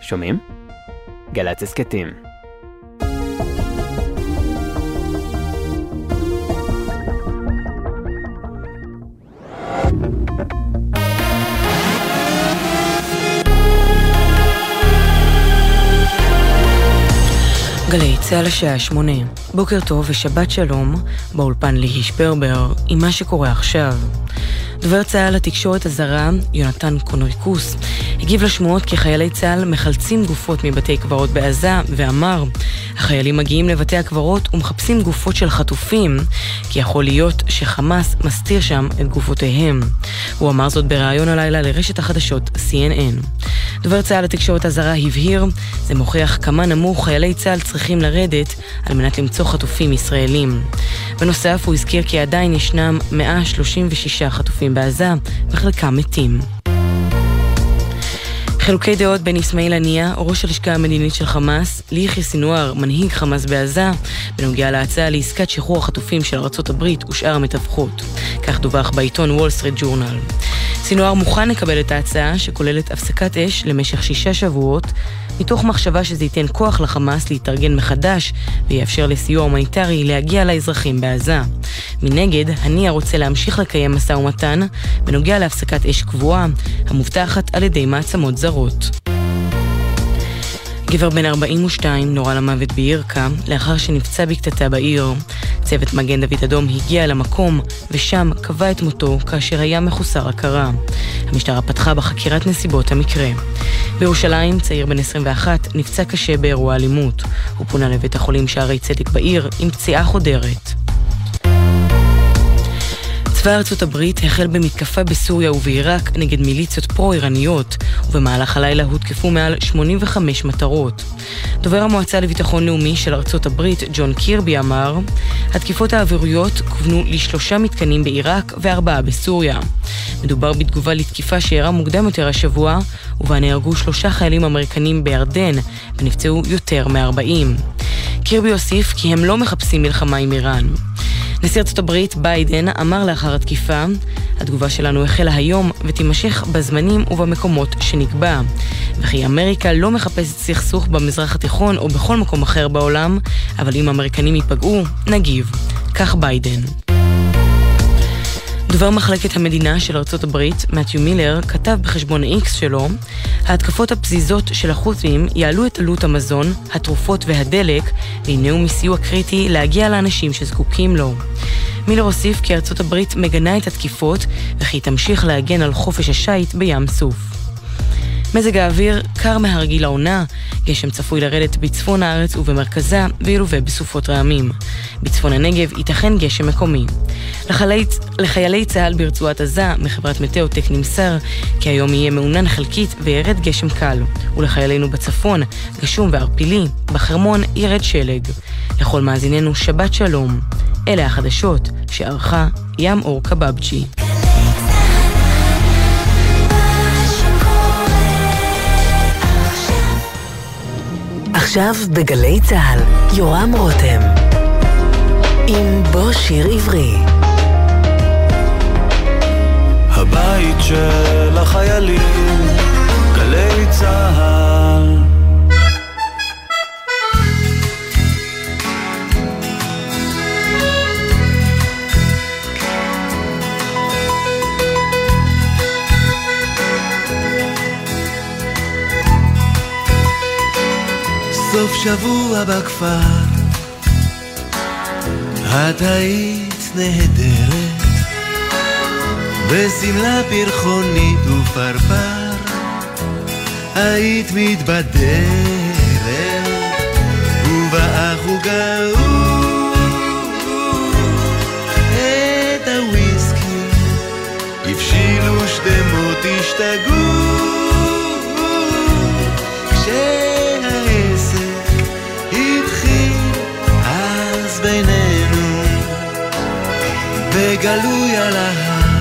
שומעים? גל"צ הסכתים. גלי צהל השעה 8. בוקר טוב ושבת שלום, באולפן ליהי שפרבר עם מה שקורה עכשיו. דובר צהל התקשורת הזרה, יונתן קונריקוס, הגיב לשמועות כי חיילי צהל מחלצים גופות מבתי קברות בעזה ואמר, החיילים מגיעים לבתי הקברות ומחפשים גופות של חטופים, כי יכול להיות שחמאס מסתיר שם את גופותיהם. הוא אמר זאת בראיון הלילה לרשת החדשות CNN. דובר צהל התקשורת הזרה הבהיר, זה מוכיח כמה נמוך חיילי צהל צריכים לרדת על מנת למצוא חטופים ישראלים. בנוסף הוא הזכיר כי עדיין ישנם 136 חטופים בעזה וחלקם מתים. חילוקי דעות בין אסמאעיל הנייה, ראש הלשכה המדינית של חמאס, ליחיא סינואר, מנהיג חמאס בעזה, בנוגע להצעה לעסקת שחרור החטופים של ארצות הברית ושאר המתווכות. כך דווח בעיתון וול סטריט ג'ורנל. סינואר מוכן לקבל את ההצעה שכוללת הפסקת אש למשך 6 שבועות, מתוך מחשבה שזה ייתן כוח לחמאס להתארגן מחדש ויאפשר לסיוע הומניטרי להגיע לאזרחים בעזה. מנגד, הנייה רוצה להמשיך לקיים משא ומתן בנוגע להפסקת אש קבועה, המובטחת על ידי מעצמות זרות. גבר בן 42 נורה למוות בירקה לאחר שנפצע בקטטה בעיר. צוות מגן דוד אדום הגיע למקום ושם קבע את מותו כאשר היה מחוסר הכרה. המשטרה פתחה בחקירת נסיבות המקרה. בירושלים צעיר בן 21 נפצע קשה באירוע אלימות. הוא פונה לבית החולים שערי צדק בעיר עם פציעה חודרת. צבא ארצות הברית החל במתקפה בסוריה ובעיראק נגד מיליציות פרו-איראניות, ובמהלך הלילה הותקפו מעל 85 מטרות. דובר המועצה לביטחון לאומי של ארצות הברית, ג'ון קירבי, אמר, התקיפות האוויריות כוונו ל3 מתקנים בעיראק ו4 בסוריה. מדובר בתגובה לתקיפה שאירעה מוקדם יותר השבוע, ובה נהרגו 3 חיילים אמריקנים בירדן, ונפצעו יותר מ40. קירבי הוסיף כי הם לא מחפשים מלחמה עם איראן. נשיא ארצות הברית ביידן אמר לאחר התקיפה, התגובה שלנו החלה היום ותימשך בזמנים ובמקומות שנקבע, וכי אמריקה לא מחפשת סכסוך במזרח התיכון או בכל מקום אחר בעולם, אבל אם האמריקנים ייפגעו, נגיב. כך ביידן. דובר מחלקת המדינה של ארצות הברית, מתיו מילר, כתב בחשבון X שלו, ההתקפות הפזיזות של החות'ים יעלו את עלות המזון, התרופות והדלק, והנעו מסיוע קריטי להגיע לאנשים שזקוקים לו. מילר הוסיף כי ארצות הברית מגנה את התקיפות, וכי תמשיך להגן על חופש השייט בים סוף. מזג האוויר קר מהרגיל לעונה, גשם צפוי לרדת בצפון הארץ ובמרכזה וילווה בסופות רעמים. בצפון הנגב ייתכן גשם מקומי. לחיילי צהל ברצועת עזה מחברת מטאוטק נמסר כי היום יהיה מעונן חלקית וירד גשם קל, ולחיילינו בצפון גשום וערפילי, בחרמון ירד שלג. לכל מאזיננו שבת שלום. אלה החדשות שערכה ים אור קבבג'י. עכשיו בגלי צהל, יורם רותם עם בו שיר עברי. הבית של החיילים, גלי צהל. סוף שבוע בכפר, את היית נהדרת, בסמלה פרחונית ופרפר, היית מתבדרת, ובאח וגאו את הוויסקי, הבשילו שדמות השתגעו, בינינו בגלוי על ההר,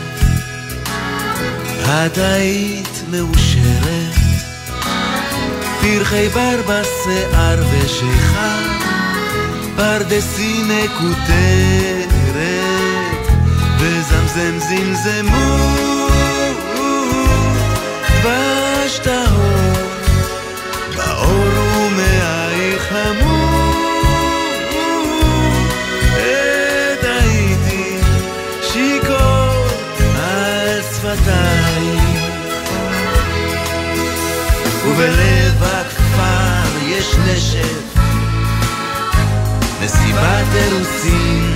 את היית מאושרת, פרחי בר בשיער ושיכר, פרדסי מקוטרת, וזמזם זמזמו דבש טהור ובלב הכפר יש נשף, מסיבת אירוסין,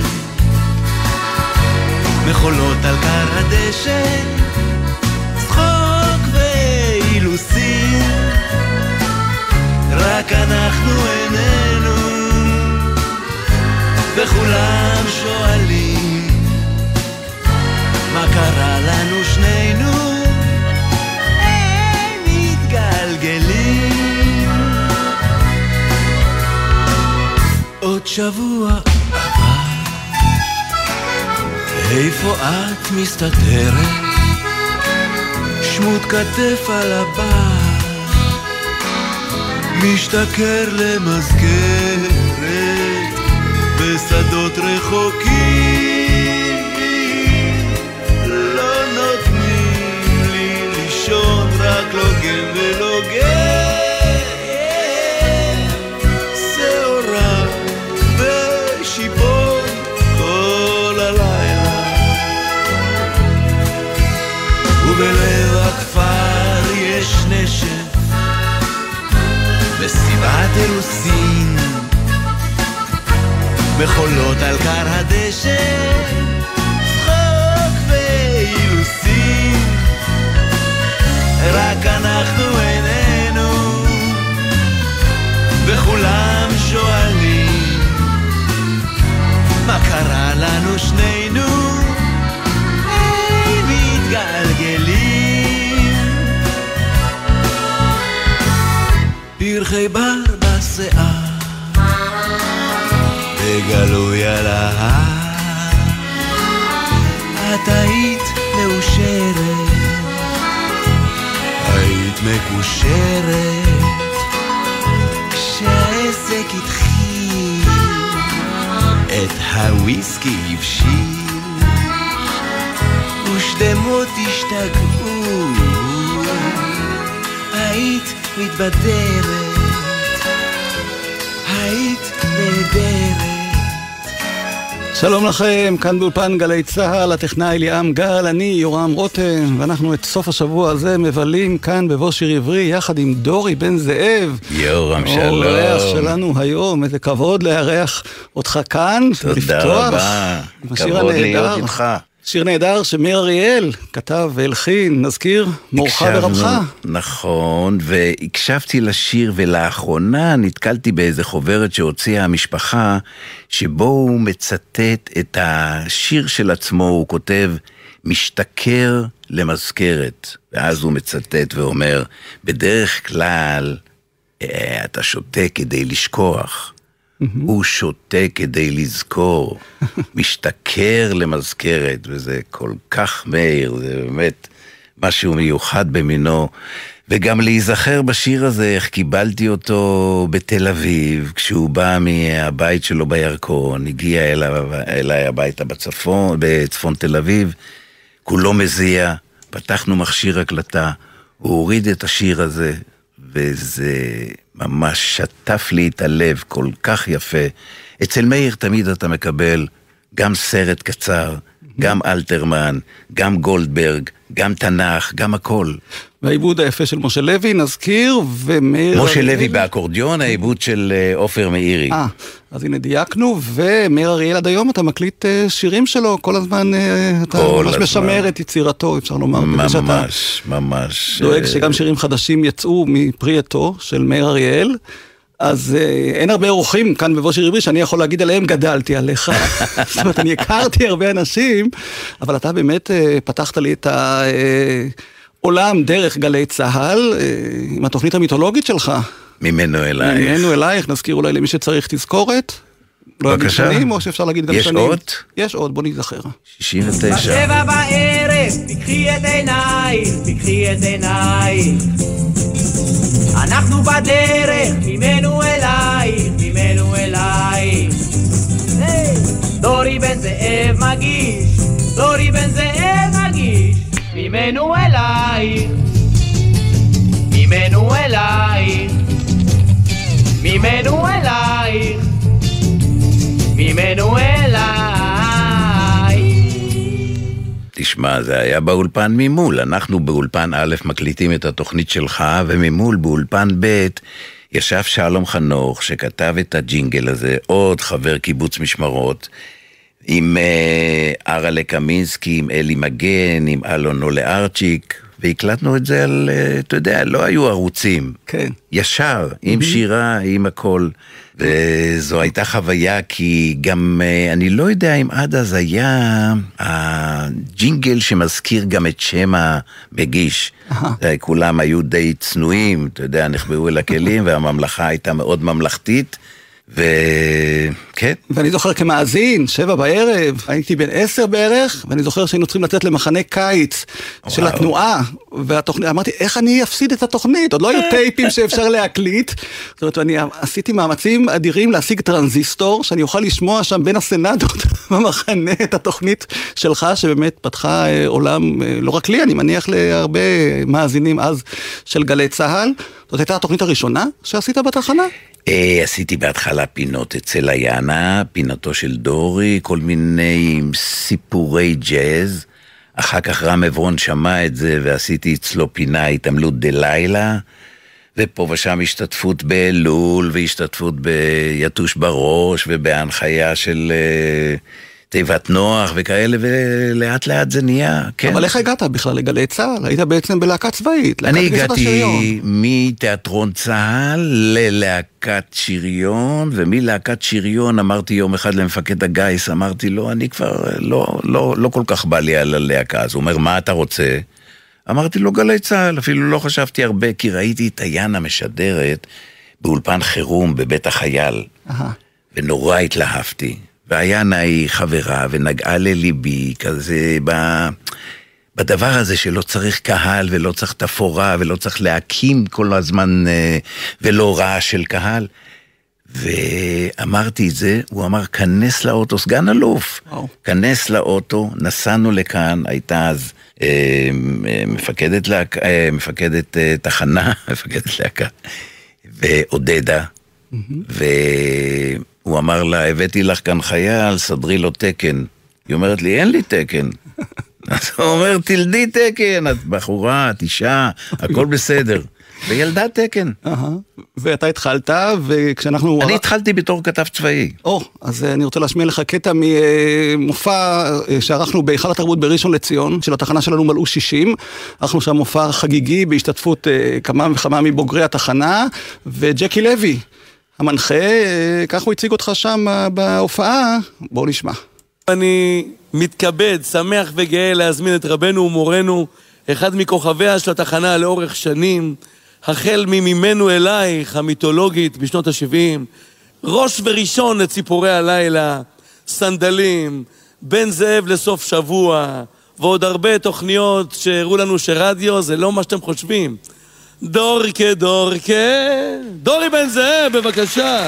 מחולות על קר הדשא, צחוק ואילוסין, רק אנחנו איננו, וכולם שואלים מה קרה לנו שנינו, הם מתגלגלים. עוד שבוע עבר, איפה את מסתתרת? שמות כתף על הבר, משתכר למזכרת בשדות רחוקים, לא נותנים לי לישון, רק לוגם ולוגם, שעורה ושיפון כל הלילה, ובלב הכפר יש נשף, מסיבת אירוסין, מחולות על קר הדשא, צחוק ואילוסין, רק אנחנו איננו, וכולם שואלים מה קרה לנו שנינו, הם מתגלגלים. פרחי בר בשיער בגלוי על ההר, את היית מאושרת, היית מקושרת, כשהעסק התחיל, את הוויסקי הבשיל, ושדמות השתגעו, היית מתבדרת, היית נהדרת. שלום לכם, כאן באולפן גלי צהל, הטכנאי ליאם גל, אני יורם רותם, ואנחנו את סוף השבוע הזה מבלים כאן בבוא שיר עברי, יחד עם דורי בן זאב. יורם, שלום. האורח שלנו היום, איזה כבוד לארח אותך כאן. תודה רבה, כבוד להיות איתך. שיר נהדר שמאיר אריאל כתב והלחין, נזכיר, מורך ורבך. נכון, והקשבתי לשיר, ולאחרונה נתקלתי באיזה חוברת שהוציאה המשפחה, שבו הוא מצטט את השיר של עצמו, הוא כותב, משתכר למזכרת, ואז הוא מצטט ואומר, בדרך כלל אתה שותה כדי לשכוח, הוא שותה כדי לזכור, משתכר למזכרת, וזה כל כך מהיר, זה באמת משהו מיוחד במינו, וגם להיזכר בשיר הזה, איך קיבלתי אותו בתל אביב, כשהוא בא מהבית שלו בירקון, הגיע אליי הביתה בצפון תל אביב, כולו מזיע, פתחנו מכשיר הקלטה, הוא הוריד את השיר הזה, וזה ממש שטף לי את הלב, כל כך יפה. אצל מאיר תמיד אתה מקבל גם סרט קצר, גם אלתרמן, גם גולדברג, גם תנ"ך, גם הכל. והעיבוד היפה של משה לוי, נזכיר, ומאיר... משה לוי באקורדיון, העיבוד של עופר מאירי. אז הנה דייקנו, ומאיר אריאל עד היום אתה מקליט שירים שלו, כל הזמן אתה ממש משמר את יצירתו, אפשר לומר. ממש, ממש. דואג שגם שירים חדשים יצאו מפרי עטו של מאיר אריאל, אז אין הרבה אורחים כאן בבוא שיר עברי שאני יכול להגיד עליהם גדלתי עליך. זאת אומרת, אני הכרתי הרבה אנשים, אבל אתה באמת פתחת לי את העולם דרך גלי צהל, עם התוכנית המיתולוגית שלך. ממנו אלייך. ממנו אלייך, נזכיר אולי למי שצריך תזכורת. בבקשה. או שאפשר להגיד גם יש שנים. עוד? יש עוד, בוא נזכר. 69. בשבע בערב, תקחי את עינייך, תקחי את עינייך. אנחנו בדרך, ממנו אלייך, ממנו אלייך. דורי בן זאב מגיש, דורי בן זאב מגיש, ממנו אלייך, ממנו אלייך, ממנו אלייך, ממנו אלייך. תשמע. תשמע, זה היה באולפן ממול. אנחנו באולפן א' מקליטים את התוכנית שלך, וממול באולפן ב' ישב שלום חנוך, שכתב את הג'ינגל הזה, עוד חבר קיבוץ משמרות, עם ארלה קמינסקי, עם אלי מגן, עם אלון ארצ'יק, והקלטנו את זה על, אתה יודע, לא היו ערוצים. כן. ישר, עם שירה, עם הכל. וזו הייתה חוויה, כי גם, אני לא יודע אם עד אז היה הג'ינגל שמזכיר גם את שם המגיש. כולם היו די צנועים, אתה יודע, נחבאו אל הכלים, והממלכה הייתה מאוד ממלכתית. וכן. ואני זוכר כמאזין, 7 בערב, הייתי בן 10 בערך, ואני זוכר שהיינו צריכים לצאת למחנה קיץ של התנועה, והתוכנית, אמרתי, איך אני אפסיד את התוכנית? עוד לא היו טייפים שאפשר להקליט, זאת אומרת, אני עשיתי מאמצים אדירים להשיג טרנזיסטור, שאני אוכל לשמוע שם בין הסנדות במחנה את התוכנית שלך, שבאמת פתחה עולם, לא רק לי, אני מניח להרבה מאזינים אז של גלי צהל. זאת הייתה התוכנית הראשונה שעשית בתחנה? עשיתי בהתחלה פינות אצל היאנה, פינתו של דורי, כל מיני סיפורי ג'אז. אחר כך רם עברון שמע את זה ועשיתי אצלו פינה התעמלות דלילה, ופה ושם השתתפות באלול והשתתפות ביתוש בראש ובהנחיה של תיבת נוח וכאלה, ולאט לאט זה נהיה, כן. אבל איך הגעת בכלל לגלי צהל? היית בעצם בלהקה צבאית. אני הגעתי מתיאטרון צהל ללהקת שריון, ומלהקת שריון אמרתי יום אחד למפקד הגייס, אמרתי לו, אני כבר לא כל כך בא לי על הלהקה, אז הוא אומר, מה אתה רוצה? אמרתי לו, גלי צהל, אפילו לא חשבתי הרבה, כי ראיתי את היאנה משדרת באולפן חירום בבית החייל, ונורא התלהבתי. והיאנה היא חברה ונגעה לליבי כזה בדבר הזה שלא צריך קהל ולא צריך תפורה ולא צריך להקים כל הזמן ולא רעש של קהל. ואמרתי את זה, הוא אמר, כנס לאוטו, סגן אלוף, כנס לאוטו, נסענו לכאן, הייתה אז מפקדת תחנה, מפקדת להקה, ועודדה, הוא אמר לה, הבאתי לך כאן חייל, סדרי לו תקן. היא אומרת לי, אין לי תקן. אז הוא אומר, תלדי תקן, את בחורה, את אישה, הכל בסדר. וילדה תקן. ואתה התחלת, וכשאנחנו... אני התחלתי בתור כתב צבאי. אז אני רוצה להשמיע לך קטע ממופע שערכנו בהיכל התרבות בראשון לציון, של התחנה שלנו מלאו 60. ערכנו שם מופע חגיגי בהשתתפות כמה וכמה מבוגרי התחנה, וג'קי לוי. המנחה, כך הוא הציג אותך שם בהופעה, בואו נשמע. אני מתכבד, שמח וגאה להזמין את רבנו ומורנו, אחד מכוכביה של התחנה לאורך שנים, החל ממנו אלייך, המיתולוגית בשנות ה-70, ראש וראשון לציפורי הלילה, סנדלים, בן זאב לסוף שבוע, ועוד הרבה תוכניות שהראו לנו שרדיו זה לא מה שאתם חושבים. דורקה, דורי בן זאב, בבקשה.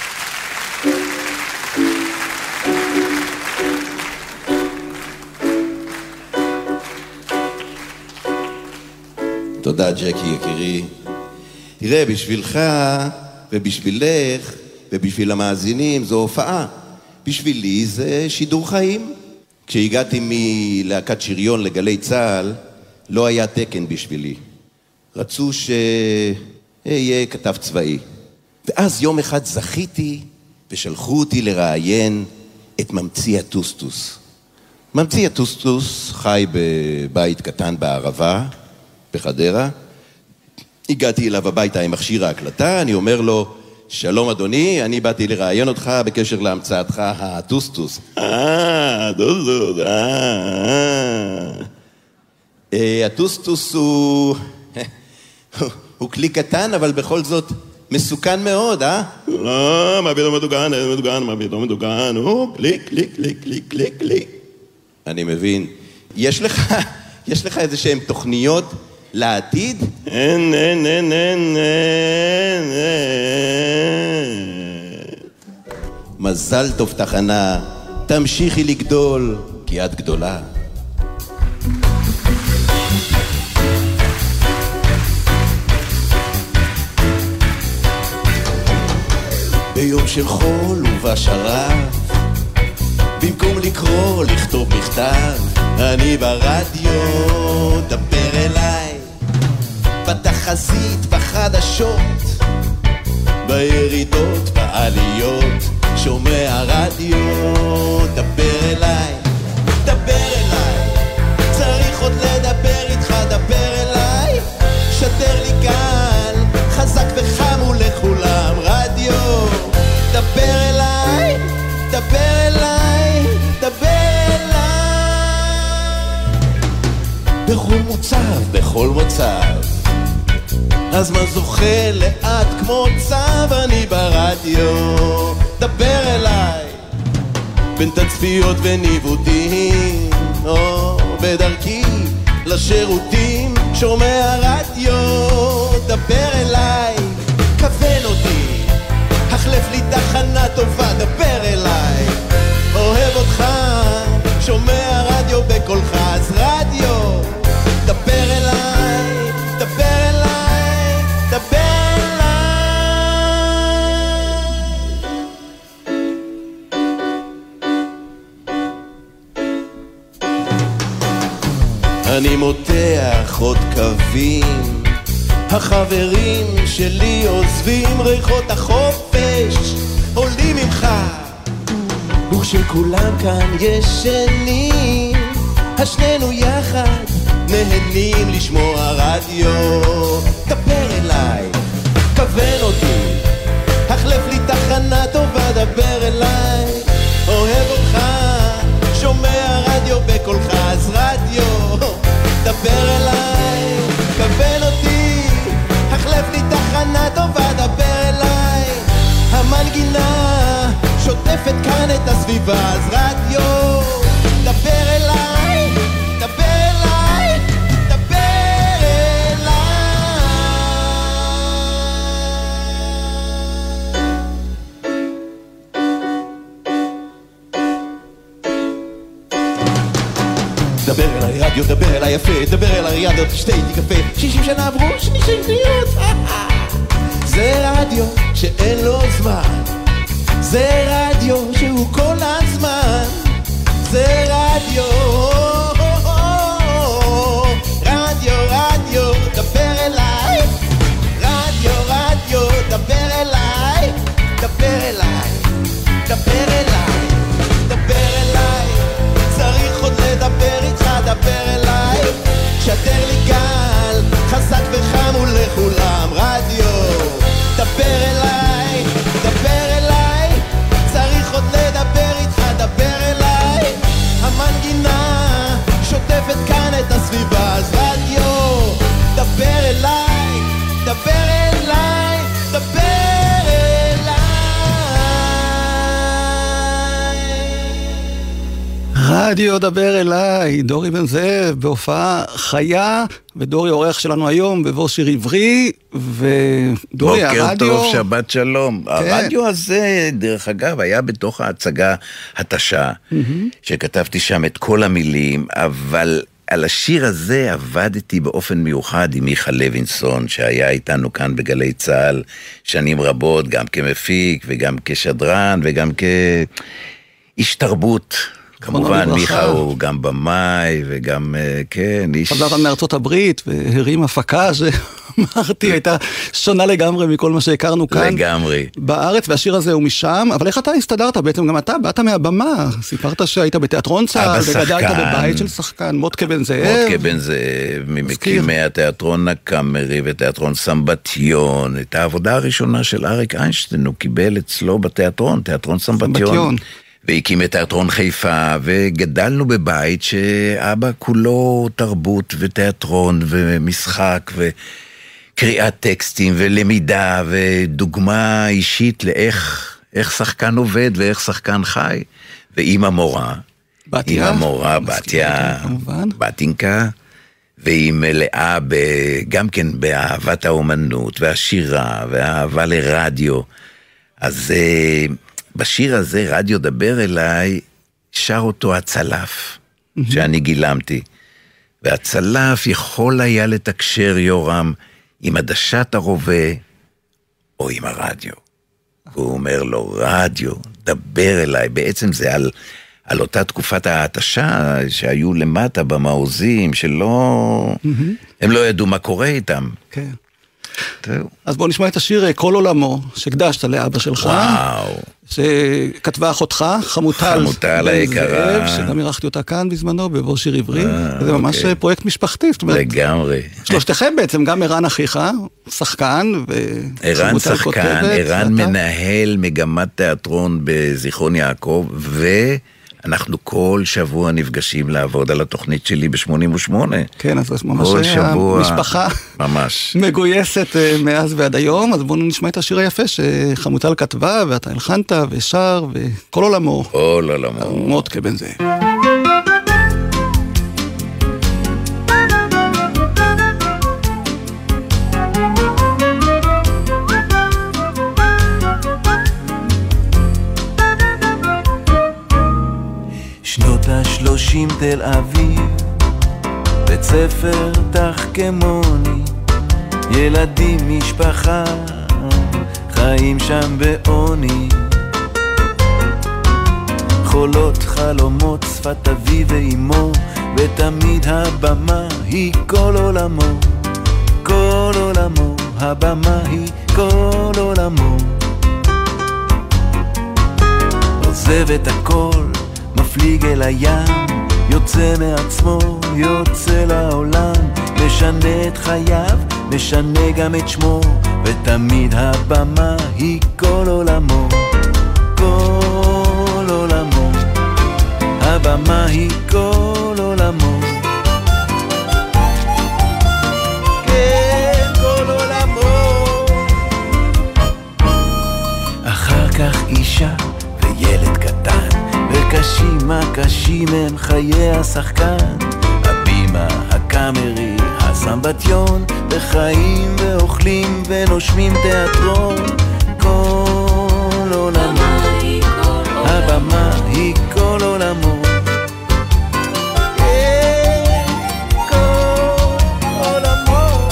תודה ג'קי יקירי. תראה, בשבילך ובשבילך ובשביל המאזינים זו הופעה. בשבילי זה שידור חיים. כשהגעתי מלהקת שריון לגלי צהל, לא היה תקן בשבילי. רצו שאהיה כתב צבאי. ואז יום אחד זכיתי ושלחו אותי לראיין את ממציא הטוסטוס. ממציא הטוסטוס חי בבית קטן בערבה, בחדרה. הגעתי אליו הביתה עם מכשיר ההקלטה, אני אומר לו, שלום אדוני, אני באתי לראיין אותך בקשר להמצאתך הטוסטוס. טוסטוס, הטוסטוס הוא כלי קטן, אבל בכל זאת מסוכן מאוד, לא, מה פתאום מדוגן, הוא קליק. אני מבין. יש לך איזה שהן תוכניות לעתיד? אין. מזל טוב תחנה, תמשיכי לגדול, כי את גדולה. ביום של חול ובשרף, במקום לקרוא, לכתוב מכתב, אני ברדיו, דבר אליי. בתחזית, בחדשות, בירידות, בעליות, שומע רדיו, דבר אליי, דבר אליי. צריך עוד לדבר איתך, דבר אליי. שדר לי גל, חזק וחם ולכולם, רדיו, דבר אליי, דבר אליי, דבר אליי. בכל מוצב, בכל מצב, אז מה זוכה לאט כמו צב, אני ברדיו, דבר אליי. בין תצפיות וניווטים, או בדרכי לשירותים, שומע רדיו, דבר אליי. כוון אותי, החלף לי תחנה טובה, דבר אליי. אוהב אותך, שומע רדיו בקולך, אז רדיו, דבר אליי, דבר אליי, דבר אליי. אני מותח עוד קווים, החברים שלי עוזבים, ריחות החופש עולים ממך, וכשכולם כאן ישנים, השנינו יחד נהנים לשמוע רדיו, דבר אליי, כוון אותי, החלף לי תחנה טובה, דבר אליי. אוהב אותך, שומע רדיו בקולך, אז רדיו, דבר אליי. כוון אותי, החלף לי תחנה טובה, דבר אליי. המנגינה שוטפת כאן את הסביבה, אז רדיו, דבר אליי, דבר אליי, דבר אליי. דבר אליי רדיו, דבר אליי יפה, דבר אליי רדיו, תשתה איתי קפה. 60 שנה עברו, 60 שניות. זה רדיו שאין לו זמן, זה רדיו שהוא כל הזמן, זה רדיו, רדיו, רדיו, דבר אליי, רדיו, רדיו, דבר אליי, דבר אליי, דבר אליי, דבר אליי. צריך עוד לדבר איתך, דבר אליי. שדר לי גל, חזק וחם ולכולם, רדיו, דבר אליי, דבר אליי. צריך עוד לדבר איתך, דבר אליי. המנגינה שוטפת כאן את הסביבה, אז רדיו, דבר אליי, דבר אליי, דבר אליי. רדיו דבר אליי, דורי בן זאב בהופעה חיה, ודורי אורח שלנו היום בבוא שיר עברי, ודורי הרדיו... בוקר טוב, שבת שלום. כן. הרדיו הזה, דרך אגב, היה בתוך ההצגה התשה, שכתבתי שם את כל המילים, אבל על השיר הזה עבדתי באופן מיוחד עם מיכה לוינסון, שהיה איתנו כאן בגלי צהל שנים רבות, גם כמפיק וגם כשדרן וגם כאיש תרבות. כמובן, מיכה הוא גם במאי וגם, כן, איש... חזרת מארצות הברית והרים הפקה שאמרתי, הייתה שונה לגמרי מכל מה שהכרנו כאן. לגמרי. בארץ, והשיר הזה הוא משם, אבל איך אתה הסתדרת בעצם? גם אתה באת מהבמה, סיפרת שהיית בתיאטרון צהל, וגדלת בבית של שחקן, מוטקה בן זאב. מוטקה בן זאב, ממקימי התיאטרון הקאמרי ותיאטרון סמבטיון. את העבודה הראשונה של אריק איינשטיין, הוא קיבל אצלו בתיאטרון, תיאטרון סמבטיון. והקים את תיאטרון חיפה, וגדלנו בבית שאבא כולו תרבות ותיאטרון ומשחק וקריאת טקסטים ולמידה ודוגמה אישית לאיך שחקן עובד ואיך שחקן חי. ואמא מורה, אמא מורה, בתיה, בתינקה, והיא מלאה גם כן באהבת האומנות והשירה והאהבה לרדיו. אז בשיר הזה, רדיו דבר אליי, שר אותו הצלף, שאני גילמתי. והצלף יכול היה לתקשר, יורם, עם עדשת הרובה, או עם הרדיו. הוא אומר לו, רדיו, דבר אליי. בעצם זה על אותה תקופת ההתשה שהיו למטה במעוזים, שלא... הם לא ידעו מה קורה איתם. כן. אז בוא נשמע את השיר כל עולמו, שהקדשת לאבא שלך. וואו. שכתבה אחותך, חמוטל היקרה. שגם ערכתי אותה כאן בזמנו, בבוא שיר עברי. זה ממש פרויקט משפחתי. לגמרי. שלושתכם בעצם, גם ערן אחיך, שחקן, ערן שחקן, ערן מנהל מגמת תיאטרון בזיכרון יעקב, אנחנו כל שבוע נפגשים לעבוד על התוכנית שלי ב-88. כן, אז ממש המשפחה ממש מגויסת מאז ועד היום, אז בואו נשמע את השיר היפה שחמוטל כתבה, ואתה הלחנת ושר, וכל עולמו. כל עולמו. מודקה בן זאב. שנות ה-30 תל אביב, בית ספר תחכמוני, ילדים משפחה, חיים שם בעוני, חולות חלומות שפת אבי ואימו, ותמיד הבמה היא כל עולמו, כל עולמו, הבמה היא כל עולמו. עוזב את הכל, מפליג אל הים, יוצא מעצמו, יוצא לעולם, משנה את חייו, משנה גם את שמו, ותמיד הבמה היא כל עולמו, כל עולמו, הבמה היא כל עולמו, כן, כל עולמו. אחר כך אישה וילד קטן, וקשים הקשים הם חיי השחקן, הבימה, הקאמרי, הסמבטיון, וחיים ואוכלים ונושמים תיאטרון, כל עולמו, הבמה היא כל עולמו, כל עולמו.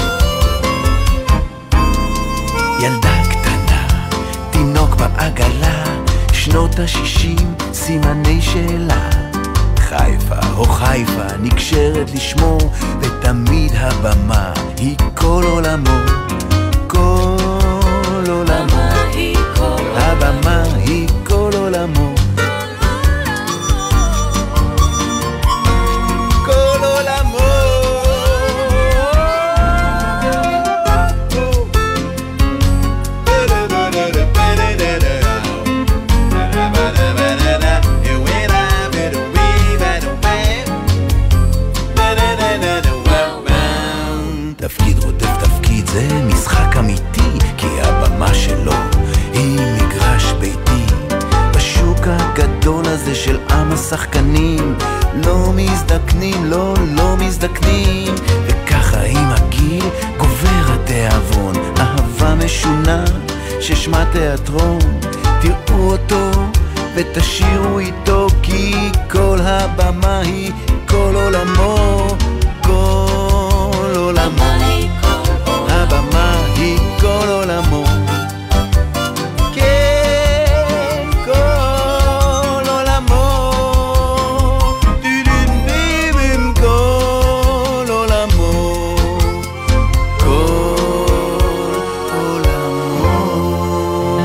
ילדה קטנה, תינוק בעגלה, שנות ה-60 סימני שאלה, חיפה או חיפה נקשרת לשמו, ותמיד הבמה היא כל עולמו, כל עולמו, הבמה היא כל עולמו, כל עולמו. תפקיד רודף תפקיד, זה משחק אמיתי, כי הבמה שלו היא מגרש ביתי. בשוק הגדול הזה של עם השחקנים, לא מזדקנים, לא מזדקנים, וככה עם הגיל גובר התיאבון, אהבה משונה ששמה תיאטרון. תראו אותו ותשירו איתו, כי כל הבמה היא כל עולמו, כל עולמו, הבמה היא כל עולמו, כן, כל עולמו, דידים כל עולמו, כל עולמו.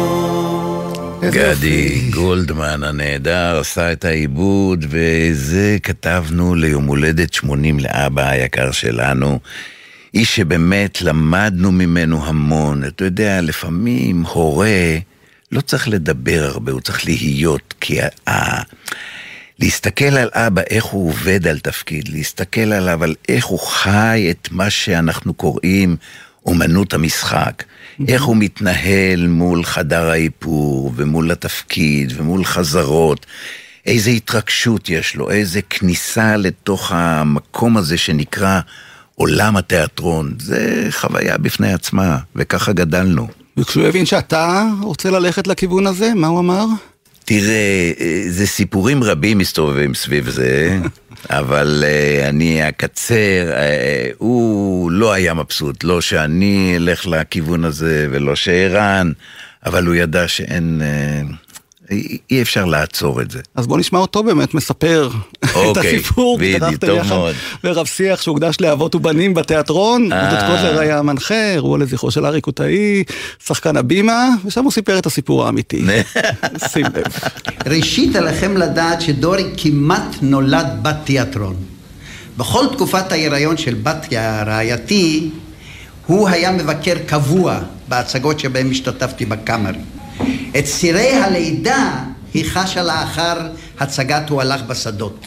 גדי גולדמן הנהדר עשה את העיבוד, וזה כתבנו ליום הולדת 80 לאבא היקר שלנו, איש שבאמת למדנו ממנו המון. אתה יודע, לפעמים הורה לא צריך לדבר הרבה, הוא צריך להיות, כי להסתכל על אבא, איך הוא עובד על תפקיד, להסתכל עליו על איך הוא חי את מה שאנחנו קוראים אומנות המשחק, איך הוא מתנהל מול חדר האיפור, ומול התפקיד, ומול חזרות, איזה התרגשות יש לו, איזה כניסה לתוך המקום הזה שנקרא עולם התיאטרון. זה חוויה בפני עצמה, וככה גדלנו. וכשהוא הבין שאתה רוצה ללכת לכיוון הזה, מה הוא אמר? תראה, זה סיפורים רבים מסתובבים סביב זה, אבל אני אקצר, הוא לא היה מבסוט, לא שאני אלך לכיוון הזה ולא שערן, אבל הוא ידע שאין אי אפשר לעצור את זה. אז בוא נשמע אותו באמת מספר את הסיפור, התארחתם יחד ברב שיח שהוקדש לאבות ובנים בתיאטרון, עודד קוטלר היה המנחה, אירוע לזכרו של אריק קוטאי, שחקן הבימה, ושם הוא סיפר את הסיפור האמיתי. שים לב. ראשית עליכם לדעת שדורי כמעט נולד בת תיאטרון. בכל תקופת ההיריון של בתיה רעייתי, הוא היה מבקר קבוע בהצגות שבהם השתתפתי בקאמרי. את סירי הלידה היא חשה לאחר הצגת הוא הלך בשדות.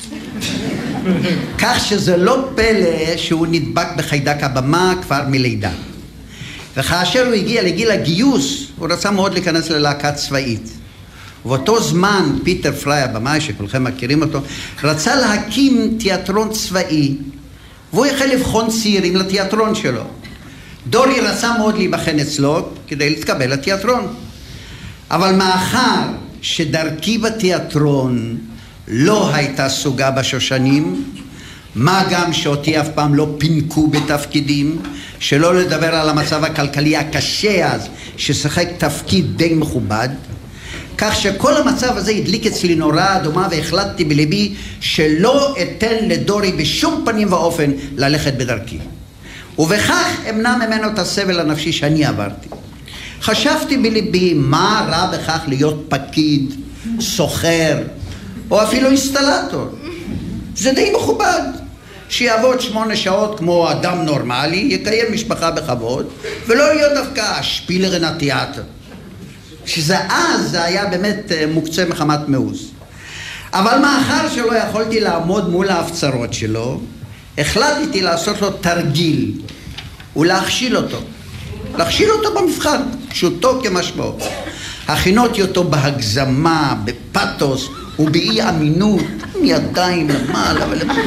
כך שזה לא פלא שהוא נדבק בחיידק הבמה כבר מלידה. וכאשר הוא הגיע לגיל הגיוס, הוא רצה מאוד להיכנס ללהקה צבאית. ובאותו זמן פיטר פריי, הבמאי שכולכם מכירים אותו, רצה להקים תיאטרון צבאי, והוא החל לבחון צעירים לתיאטרון שלו. דורי רצה מאוד להיבחן אצלו כדי להתקבל לתיאטרון. אבל מאחר שדרכי בתיאטרון לא הייתה סוגה בשושנים, מה גם שאותי אף פעם לא פינקו בתפקידים, שלא לדבר על המצב הכלכלי הקשה אז, ששחק תפקיד די מכובד, כך שכל המצב הזה הדליק אצלי נורא אדומה, והחלטתי בלבי שלא אתן לדורי בשום פנים ואופן ללכת בדרכי. ובכך אמנע ממנו את הסבל הנפשי שאני עברתי. חשבתי בלבי מה רע בכך להיות פקיד, סוחר, או אפילו אינסטלטור. זה די מכובד. שיעבוד 8 שעות כמו אדם נורמלי, יקיים משפחה בכבוד, ולא להיות דווקא שפילר התיאטר. שזה אז זה היה באמת מוקצה מחמת מעוז. אבל מאחר שלא יכולתי לעמוד מול ההפצרות שלו, החלטתי לעשות לו תרגיל ולהכשיל אותו. להכשיל אותו במבחן, פשוטו כמשמעו. הכינותי אותו בהגזמה, בפתוס ובאי אמינות, עם ידיים למעלה ולמעלה.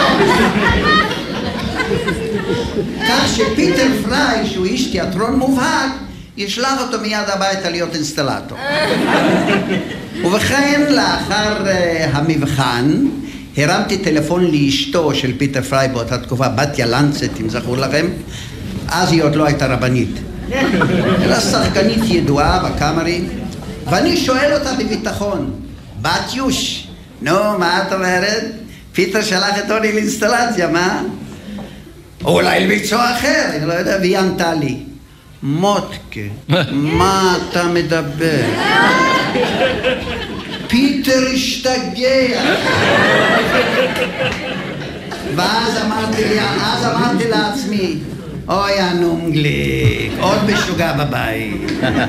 כך שפיטר פריי, שהוא איש תיאטרון מובהק, ישלח אותו מיד הביתה להיות אינסטלטור. ובכן, לאחר המבחן, הרמתי טלפון לאשתו של פיטר פריי באותה תקופה, בתיה לנצט, אם זכור לכם. אז היא עוד לא הייתה רבנית, אלא שחקנית ידועה בקאמרי, ואני שואל אותה בביטחון, בתיוש, נו, מה את אומרת? פיטר שלח את דורי לאינסטלציה, מה? אולי לביצוע אחר, אני לא יודע, והיא ענתה לי, מותקה, מה אתה מדבר? פיטר השתגע. ואז אמרתי לעצמי, אוי הנומגליק, עוד משוגע בבית.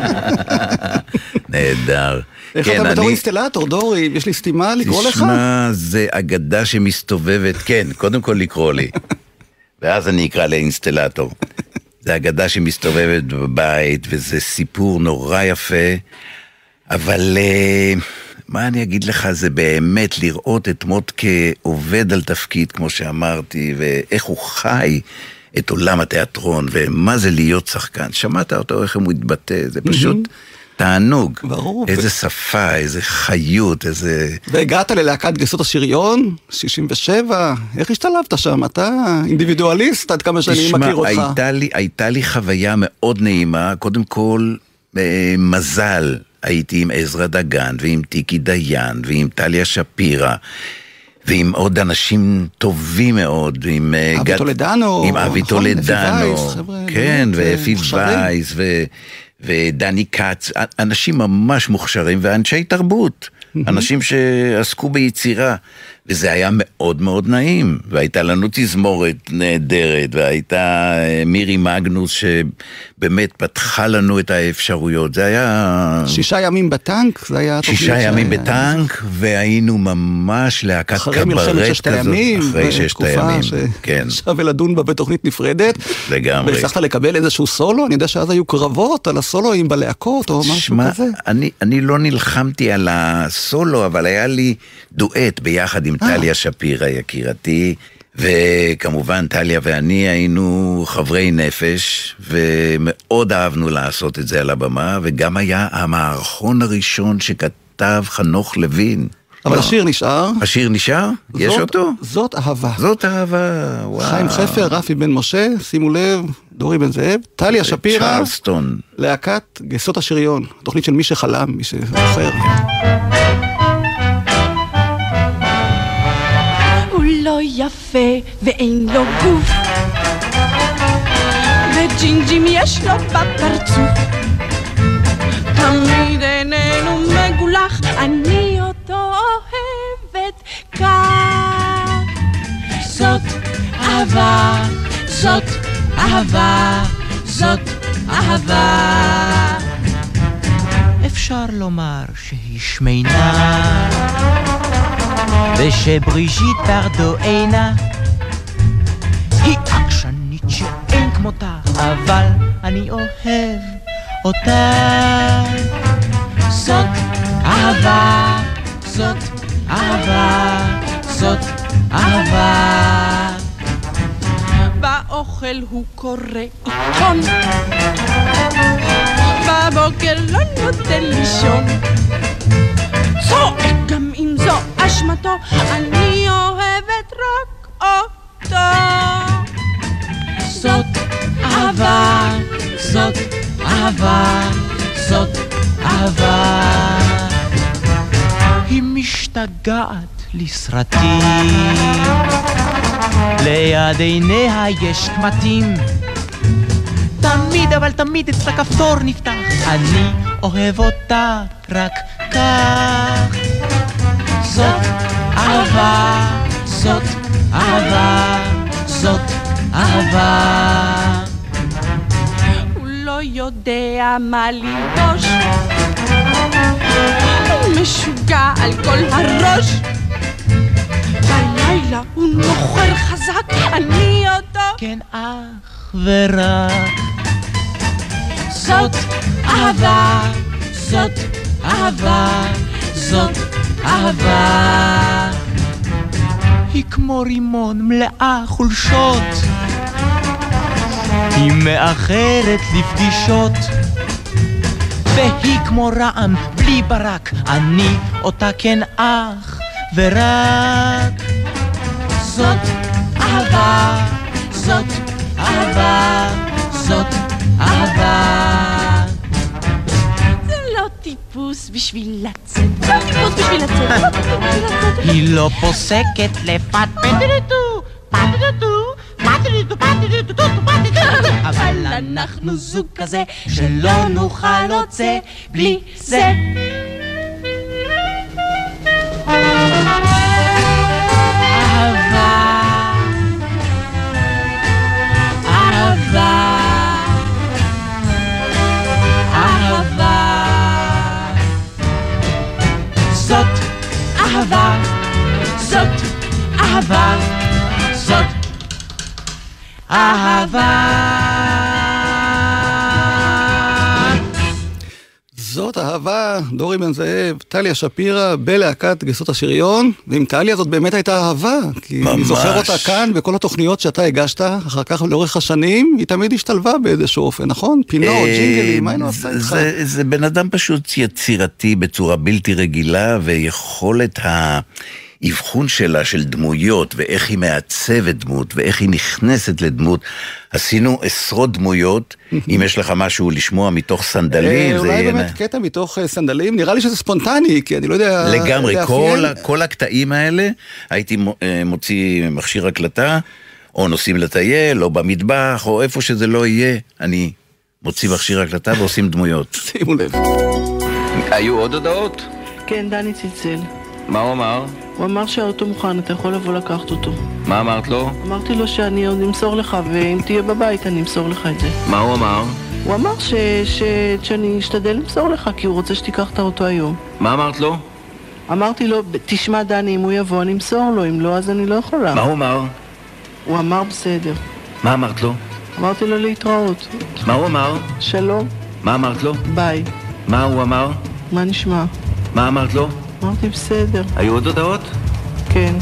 נהדר. איך אתה בתור אינסטלטור, דורי, יש לי סתימה לקרוא לך? תשמע, זה אגדה שמסתובבת, כן, קודם כל לקרוא לי. ואז אני אקרא לאינסטלטור. זה אגדה שמסתובבת בבית, וזה סיפור נורא יפה, אבל מה אני אגיד לך, זה באמת לראות את מותקה עובד על תפקיד, כמו שאמרתי, ואיך הוא חי את עולם התיאטרון, ומה זה להיות שחקן. שמעת אותו, איך הוא מתבטא, זה פשוט תענוג. ברור. איזה שפה, איזה חיות, איזה... והגעת ללהקת גייסות השריון, 67, איך השתלבת שם? אתה אינדיבידואליסט, עד כמה שאני מכיר אותך. הייתה לי חוויה מאוד נעימה, קודם כל, מזל, הייתי עם עזרא דגן, ועם טיקי דיין, ועם טליה שפירא, ועם עוד אנשים טובים מאוד, עם אבי טולדנו, עם אבי טולדנו, כן, ואפי וייס, ודני קץ, אנשים ממש מוכשרים, ואנשי תרבות, אנשים שעסקו ביצירה, וזה היה מאוד מאוד נעים, והייתה לנו תזמורת נהדרת, והייתה מירי מגנוס שבאמת פתחה לנו את האפשרויות, זה היה... 6 ימים בטנק, זה היה... 6 ימים בטנק, והיינו ממש להקת קברט כזאת. אחרי מלחמת 6 הימים, אחרי 6 הימים, כן. שווה לדון בה בתוכנית נפרדת. לגמרי. והצלחת לקבל איזשהו סולו, אני יודע שאז היו קרבות על הסולואים בלהקות, או משהו כזה. אני לא נלחמתי על הסולו, אבל היה לי דואט ביחד עם טליה שפירא יקירתי, וכמובן טליה ואני היינו חברי נפש, ומאוד אהבנו לעשות את זה על הבמה, וגם היה המערכון הראשון שכתב חנוך לוין. אבל השיר נשאר. השיר נשאר? יש אותו? זאת אהבה. זאת אהבה, וואו. חיים חפר, רפי בן משה, שימו לב, דורי בן זאב, טליה שפירא, צ'רלסטון. להקת גייסות השריון, תוכנית של מי שחלם, מי שזוכר. הוא לא יפה ואין לו גוף, וג'ינג'ים יש לו בפרצוף, תמיד איננו מגולח, אני אותו אוהבת כך. זאת אהבה, זאת אהבה, זאת אהבה. אפשר לומר שהיא שמנה, ושבריז'יט ברדו אינה, היא עקשנית שאין כמותה, אבל אני אוהב אותה. זאת אהבה, זאת אהבה, זאת אהבה. באוכל הוא קורא עיתון, בבוקר לא נותן לישון, צועק גם אם זו אשמתו, אני אוהבת רק אותו. זאת אהבה, זאת אהבה, זאת אהבה. היא משתגעת לסרטים, ליד עיניה יש קמטים, תמיד אבל תמיד אצל הכפתור נפתח, אני אוהב אותה רק כך. זאת אהבה, זאת אהבה, זאת אהבה. הוא לא יודע מה ללבוש, הוא משוגע על כל הראש, בלילה הוא נוחר חזק, אני אותו כן אך ורק. זאת אהבה, זאת אהבה, זאת אהבה. היא כמו רימון מלאה חולשות, היא מאחרת לפגישות, והיא כמו רעם בלי ברק, אני אותה כן אך ורק. זאת אהבה, זאת אהבה, זאת אהבה. זה לא טיפוס בשביל לצאת, זה לא טיפוס בשביל לצאת, היא לא פוסקת לפת פטרטו, פטרטו, פטרטו, פטרטו, פטרטו, אבל אנחנו זוג כזה שלא נוכל לצאת בלי זה. אהבה, זאת אהבה, זאת אהבה. זאת אהבה, דורי בן זאב, טליה שפירא, בלהקת גייסות השריון, ועם טליה זאת באמת הייתה אהבה, כי ממש. אני זוכר אותה כאן בכל התוכניות שאתה הגשת, אחר כך לאורך השנים, היא תמיד השתלבה באיזשהו אופן, נכון? פינות, ג'ינגלים, מה היינו עשה איתך? זה בן אדם פשוט יצירתי בצורה בלתי רגילה, ויכולת האבחון שלה של דמויות, ואיך היא מעצבת דמות, ואיך היא נכנסת לדמות. עשינו עשרות דמויות, אם יש לך משהו לשמוע מתוך סנדלים. אולי באמת קטע מתוך סנדלים, נראה לי שזה ספונטני, כי אני לא יודע... לגמרי, כל הקטעים האלה, הייתי מוציא מכשיר הקלטה, או נוסעים לטייל, או במטבח, או איפה שזה לא יהיה, אני מוציא מכשיר הקלטה ועושים דמויות. שימו לב. היו עוד הודעות? כן, דני צלצל. מה הוא אמר? הוא אמר שהאוטו מוכן, אתה יכול לבוא לקחת אותו. מה אמרת לו? אמרתי לו שאני עוד אמסור לך, ואם תהיה בבית אני אמסור לך את זה. מה הוא אמר? הוא אמר שאני אשתדל למסור לך, כי הוא רוצה שתיקח את האוטו היום. מה אמרת לו? אמרתי לו, תשמע דני, אם הוא יבוא אני אמסור לו, אם לא אז אני לא יכולה. מה הוא אמר? הוא אמר בסדר. מה אמרת לו? אמרתי לו להתראות. מה הוא אמר? שלום. מה אמרת לו? ביי. מה הוא אמר? מה נשמע? מה אמרת לו? אמרתי בסדר. היו עוד הודעות? כן.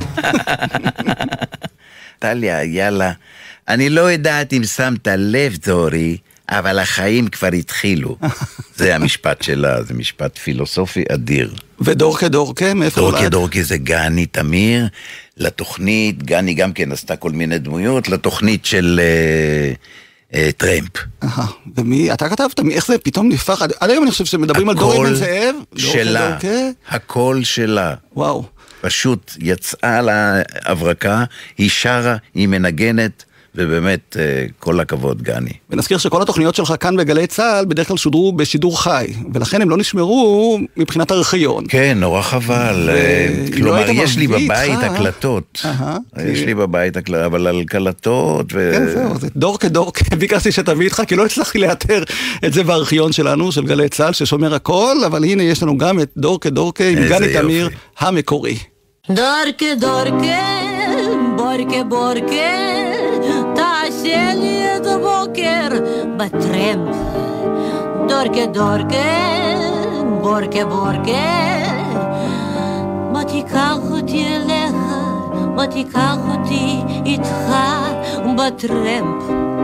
טליה, יאללה, אני לא יודעת אם שמת לב דורי, אבל החיים כבר התחילו. זה המשפט שלה, זה משפט פילוסופי אדיר. ודורקה דורקה, מאיפה הולד? דורקה דורקה זה גני תמיר, לתוכנית, גני גם כן עשתה כל מיני דמויות, לתוכנית של טרמפ. ומי, אתה כתבת, איך זה פתאום נפח? עד היום אני חושב שמדברים על דורי בן זאב. שלה, הכל שלה. וואו. פשוט יצאה להברקה, היא שרה, היא מנגנת, ובאמת כל הכבוד גני. ונזכיר שכל התוכניות שלך כאן בגלי צהל בדרך כלל שודרו בשידור חי, ולכן הם לא נשמרו מבחינת ארכיון. כן, נורא חבל. כלומר, יש לי בבית הקלטות. יש לי בבית הקלטות, אבל על קלטות כן, זהו, זה דור כדור, ביקשתי שתביא איתך, כי לא הצלחתי לאתר את זה בארכיון שלנו, של גלי צהל, ששומר הכל, אבל הנה יש לנו גם את דור כדור עם גני תמיר המקורי. דורקה דורקה, בורקה בורקה, תעשה לי את הבוקר בטרמפ. דורקה דורקה, בורקה בורקה, מה תיקח אותי אליך, מה תיקח אותי איתך בטרמפ.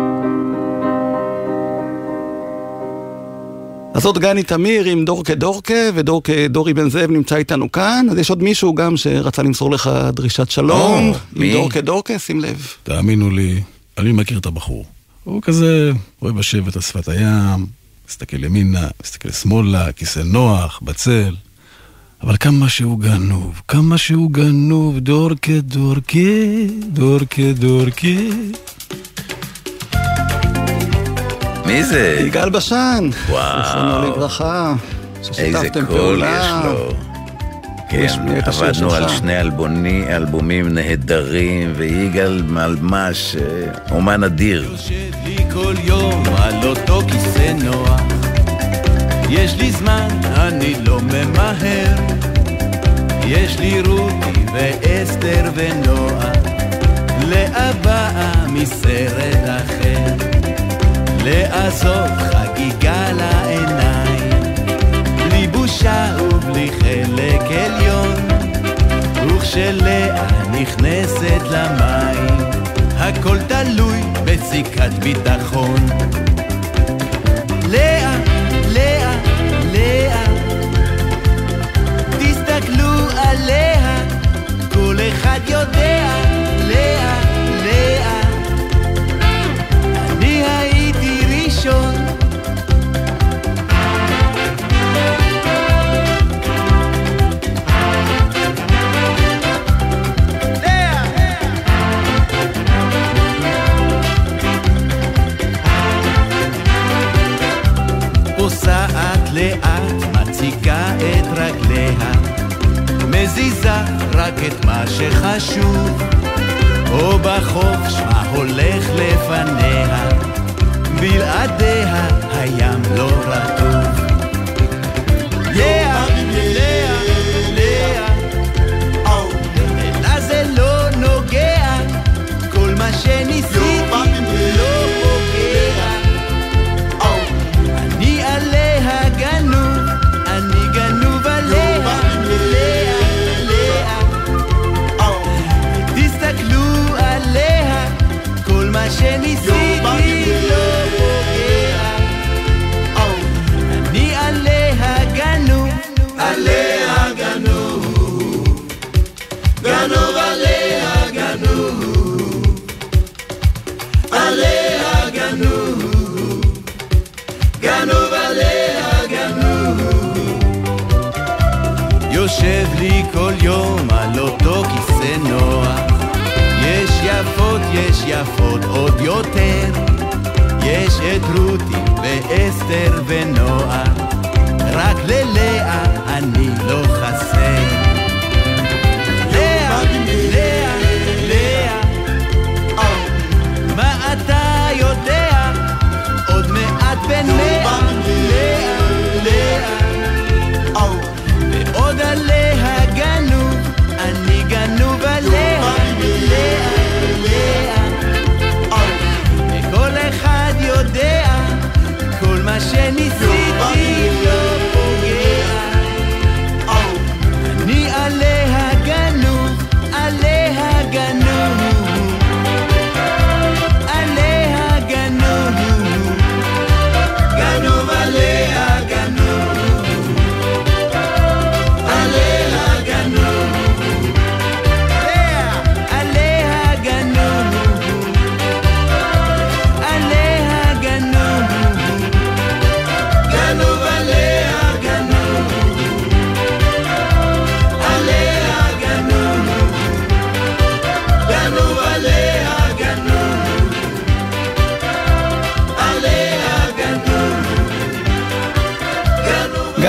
אז עוד גני תמיר עם דורקה דורקה, ודורי בן זאב נמצא איתנו כאן, אז יש עוד מישהו גם שרצה למסור לך דרישת שלום, עם דורקה דורקה, שים לב. תאמינו לי, אני מכיר את הבחור. הוא כזה אוהב לשבת על שפת הים, מסתכל ימינה, מסתכל שמאלה, כיסא נוח, בצל. אבל כמה שהוא גנוב, דורקה דורקה, דורקה דורקה. מי זה? יגאל בשן. וואו. לברכה. איזה קול יש לו. כן, עבדנו על שני אלבומים נהדרים, ויגאל ממש אומן אדיר. יושב לי כל יום על אותו כיסא נוח, יש לי זמן, אני לא ממהר, יש לי רותי ואסתר ונועה, לאבאה מסרט אחר, לעזוב חגיגה לעיניים, בלי בושה ובלי חלק עליון, וכשלאה נכנסת למים, הכל תלוי בסיכת ביטחון. לאה, לאה, לאה, תסתכלו עליה, כל אחד יודע, לאה, לאה, אני הייתי ראשון. פוסעת לאט, מציקה את רגליה, מזיזה רק את מה שחשוב, או בחוף שמה הולך לפניה, בלעדיה הים לא רטוב. לאה, לאה, לאה, אלא זה לא נוגע, כל מה שניסיתי לא פוגע. אני עליה גנוב, אני גנוב עליה, לאה, לאה, תסתכלו עליה, כל מה שניסיתי לא פוגע. אני עליה גנוב, עליה גנוב, גנוב עליה גנוב, עליה גנוב, גנוב עליה גנוב. יושב לי כל יום על אותו כיסא נוח, יש יפות, יש יפות עוד יותר, יש את רותי ואסתר ונועה, רק ללאה אני לא חסר. לאה, לאה, לאה, מה אתה יודע, עוד מעט בן 100, לאה, לאה, ועוד עליה גנוב, אני גנוב עליה, לאה, לאה, וכל אחד יודע, כל מה שניסיתי לא פוגע. אני עליה גנוב, עליה גנוב, עליה גנוב, גנוב עליה גנוב, עליה גנוב, עליה גנוב, עליה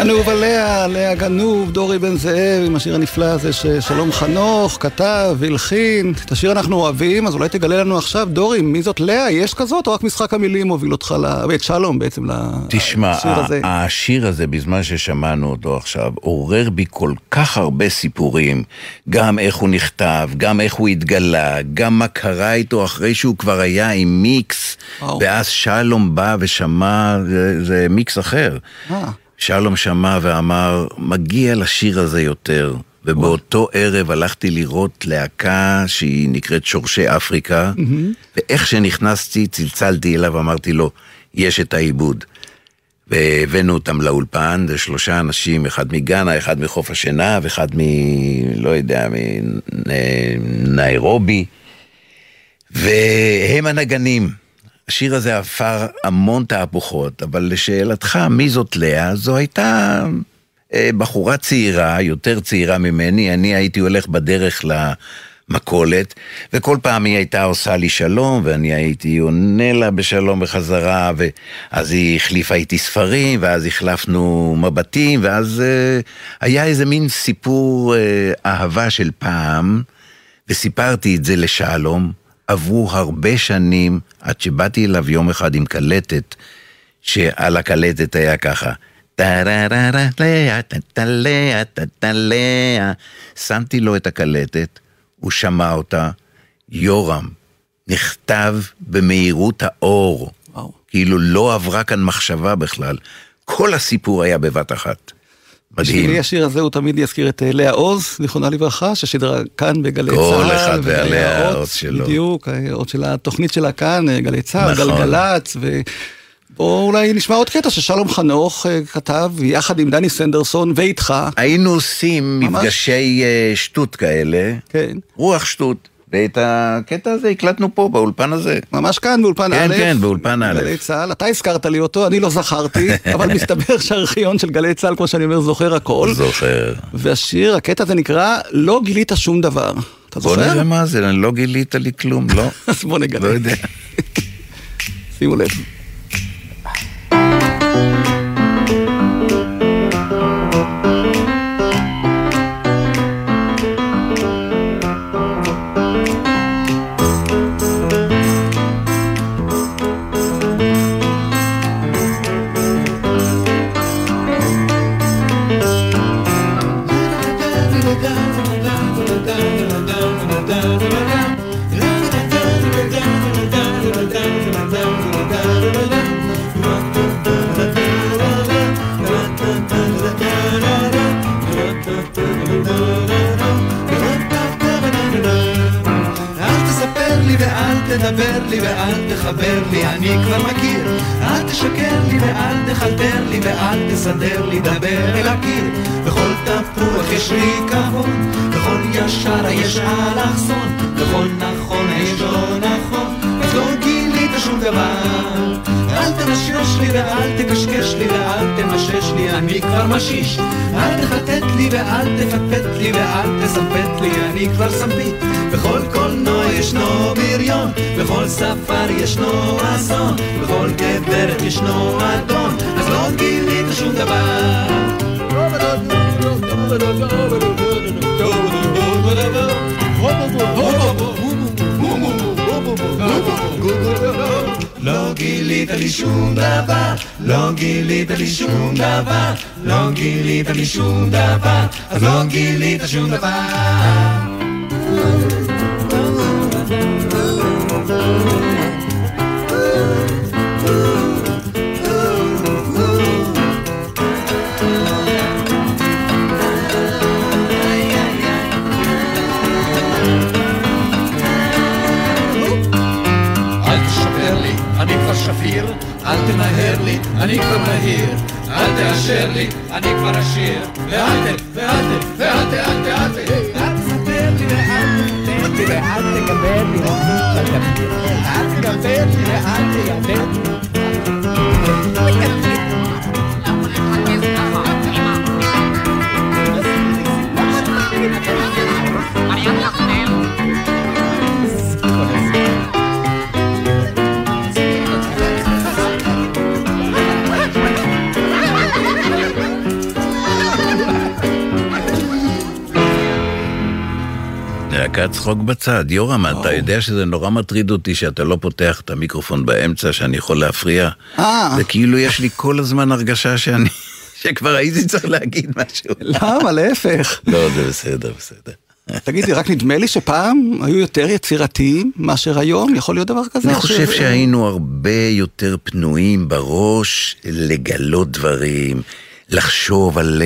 גנוב עליה, לאה גנוב, דורי בן זאב, עם השיר הנפלא הזה ששלום חנוך כתב והלחין. את השיר אנחנו אוהבים, אז אולי תגלה לנו עכשיו, דורי, מי זאת לאה? יש כזאת, או רק משחק המילים הוביל אותך ואת שלום בעצם תשמע, השיר הזה, בזמן ששמענו אותו עכשיו, עורר בי כל כך הרבה סיפורים, גם איך הוא נכתב, גם איך הוא התגלה, גם מה קרה איתו אחרי שהוא כבר היה עם מיקס, ואז שלום בא ושמע, זה מיקס אחר. שלום שמע ואמר, מגיע לשיר הזה יותר, ובאותו ערב הלכתי לראות להקה שהיא נקראת שורשי אפריקה, ואיך שנכנסתי צלצלתי אליו ואמרתי לו, יש את העיבוד. והבאנו אותם לאולפן, זה 3 אנשים, אחד מגאנה, אחד מחוף השינה, ואחד לא יודע, מניירובי, והם הנגנים. השיר הזה עפר המון תהפוכות, אבל לשאלתך, מי זאת לאה? זו הייתה בחורה צעירה, יותר צעירה ממני, אני הייתי הולך בדרך למקולת, וכל פעם היא הייתה עושה לי שלום, ואני הייתי עונה לה בשלום בחזרה, ואז היא החליפה איתי ספרים, ואז החלפנו מבטים, ואז היה איזה מין סיפור אהבה של פעם, וסיפרתי את זה לשלום, עברו הרבה שנים, עד שבאתי אליו יום אחד עם קלטת, שעל הקלטת היה ככה, טרררה, לאה, טטלאה, טטלאה. שמתי לו את הקלטת, הוא שמע אותה, יורם, נכתב במהירות האור, כאילו לא עברה כאן מחשבה בכלל, כל הסיפור היה בבת אחת. בשבילי השיר הזה הוא תמיד יזכיר את לאה עוז, זיכרונה לברכה, ששידרה כאן בגלי צהל. כל אחד ועליה העוז שלו. בדיוק, העוז של התוכנית שלה כאן, גלי צהל, גלגלץ, ובואו אולי נשמע עוד קטע ששלום חנוך כתב, יחד עם דני סנדרסון ואיתך. היינו עושים מפגשי שטות כאלה, רוח שטות. ואת הקטע הזה הקלטנו פה, באולפן הזה. ממש כאן, באולפן א'. כן, באולפן א'. גלי צהל, אתה הזכרת לי אותו, אני לא זכרתי, אבל מסתבר שהארכיון של גלי צהל, כמו שאני אומר, זוכר הכל. זוכר. והשיר, הקטע הזה נקרא, לא גילית שום דבר. אתה זוכר? בוא נראה מה זה, לא גילית לי כלום, לא. אז בוא נגלה. לא יודע. שימו לב. תדבר לי ואל תחבר לי, אני כבר מכיר. אל תשקר לי ואל תחלטר לי ואל תסדר לי, דבר אל הקיר. בכל תפוח יש לי כבוד, בכל ישר יש אלכסון, בכל נכון יש לא נכון, אז לא גילית שום דבר. אל תנשרש לי ואל תקשקש לי ואל תמשש לי, אני כבר משיש. אל תחטט לי ואל תפטפט לי ואל תסמפט לי, אני כבר סמפית. בכל קולנוע ישנו בריון, בכל ספר ישנו אסון, בכל גברת ישנו אדון, אז לא גילית שום דבר. לא גילית לי שום דבר, לא גילית לי שום דבר, לא גילית לי שום דבר, אז לא גילית שום דבר. אני כבר שפיר, אל תמהר לי, אני כבר מהיר, אל תאשר לי, אני כבר עשיר, ואל תספר לי ואל תתן לי ואל תקבל לי, אל תקבל לי ואל תקבל לי. דקת צחוק בצד. יורם, אתה יודע שזה נורא מטריד אותי שאתה לא פותח את המיקרופון באמצע, שאני יכול להפריע. זה כאילו יש לי כל הזמן הרגשה שכבר הייתי צריך להגיד משהו. למה? להפך. לא, זה בסדר, בסדר. תגידי, רק נדמה לי שפעם היו יותר יצירתיים מאשר היום, יכול להיות דבר כזה? אני חושב שהיינו הרבה יותר פנויים בראש לגלות דברים, לחשוב על